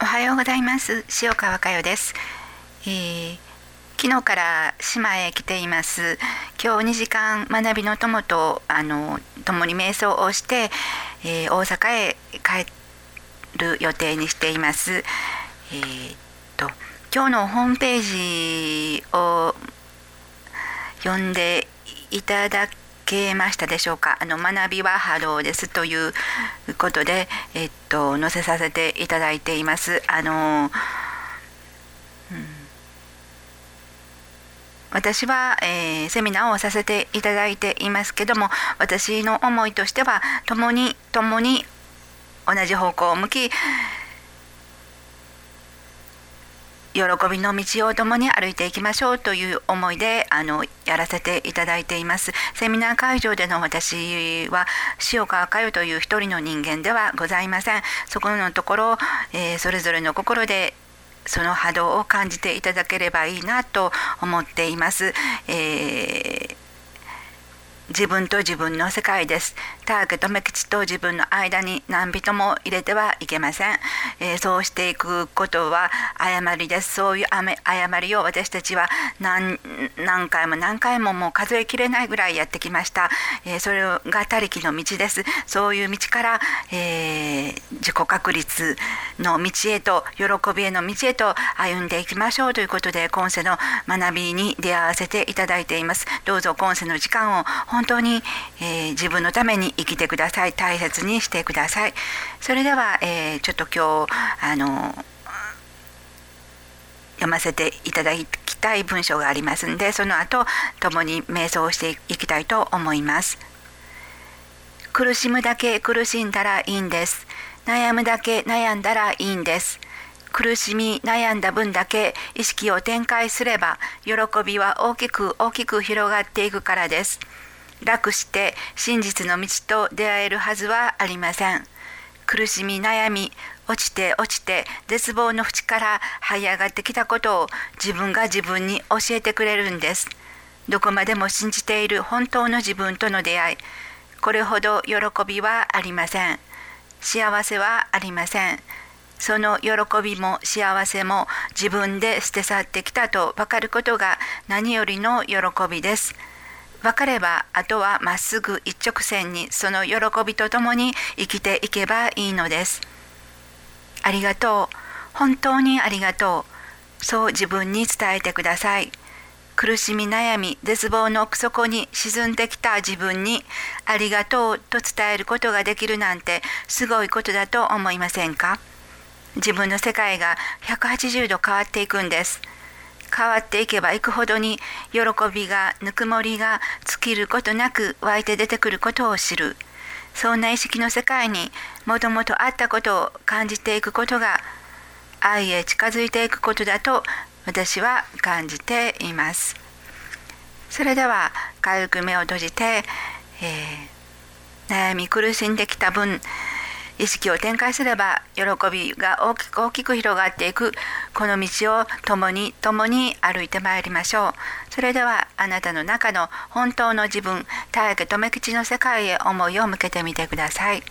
おはようございます。塩川佳代です。昨日から島へ来ています。今日2時間学びの友と共に瞑想をして、大阪へ帰る予定にしています。今日のホームページを読んでいただけましたでしょうか。学びは波動ですということで、載せさせていただいています。私は、セミナーをさせていただいていますけども、私の思いとしては共に同じ方向を向き、喜びの道を共に歩いていきましょうという思いでやらせていただいています。セミナー会場での私は塩川佳代という一人の人間ではございません。そこのところ、それぞれの心でその波動を感じていただければいいなと思っています。自分と自分の世界です。ターゲとメキチと自分の間に何人も入れてはいけません。そうしていくことは誤りです。そういう誤りを私たちは何回ももう数えきれないぐらいやってきました。それが他力の道です。そういう道から、自己確立の道へと喜びへの道へと歩んでいきましょうということで、今世の学びに出会わせていただいています。どうぞ今世の時間を本当に、自分のために生きてください。大切にしてください。それでは、ちょっと今日読ませていただきたい文章がありますので、その後共に瞑想をしていきたいと思います。苦しむだけ苦しんだらいいんです。悩むだけ悩んだらいいんです。苦しみ悩んだ分だけ意識を展開すれば、喜びは大きく広がっていくからです。楽して真実の道と出会えるはずはありません。苦しみ悩み落ちて絶望の淵から這い上がってきたことを自分が自分に教えてくれるんです。どこまでも信じている本当の自分との出会い、これほど喜びはありません。幸せはありません。その喜びも幸せも自分で捨て去ってきたと分かることが何よりの喜びです。分かればあとはまっすぐ一直線にその喜びとともに生きていけばいいのです。ありがとう。本当にありがとう。そう自分に伝えてください。苦しみ悩み絶望の奥底に沈んできた自分にありがとうと伝えることができるなんてすごいことだと思いませんか？自分の世界が180度変わっていくんです。変わっていけばいくほどに喜びがぬくもりが尽きることなく湧いて出てくることを知る。そんな意識の世界にもともとあったことを感じていくことが愛へ近づいていくことだと私は感じています。それでは軽く目を閉じて、悩み苦しんできた分意識を展開すれば喜びが大きく広がっていくこの道を共に歩いてまいりましょう。それではあなたの中の本当の自分、大家留吉の世界へ思いを向けてみてください。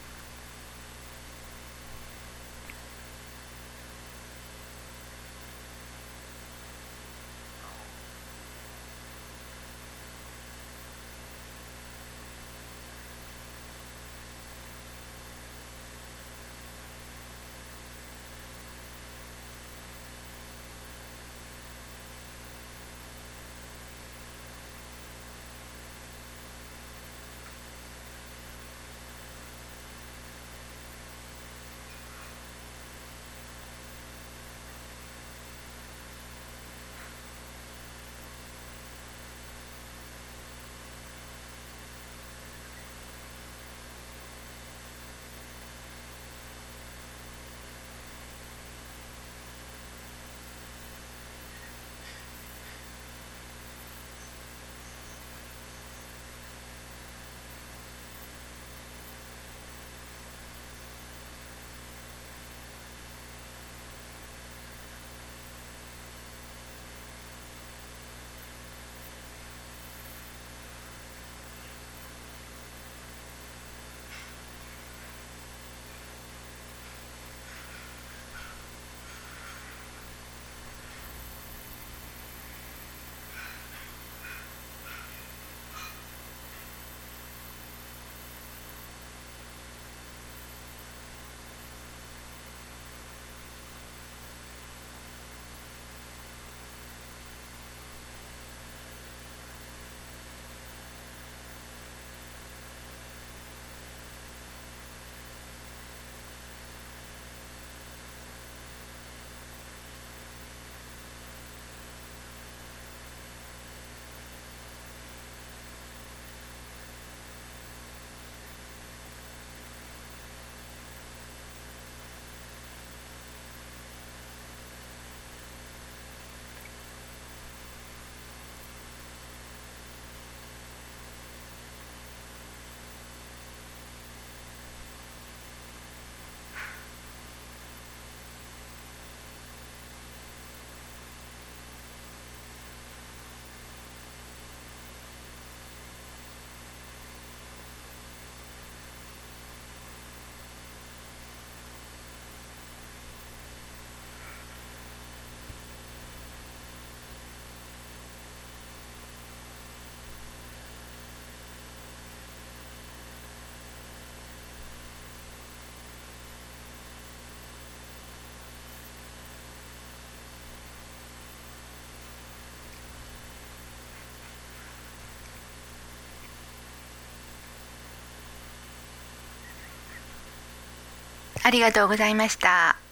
ありがとうございました。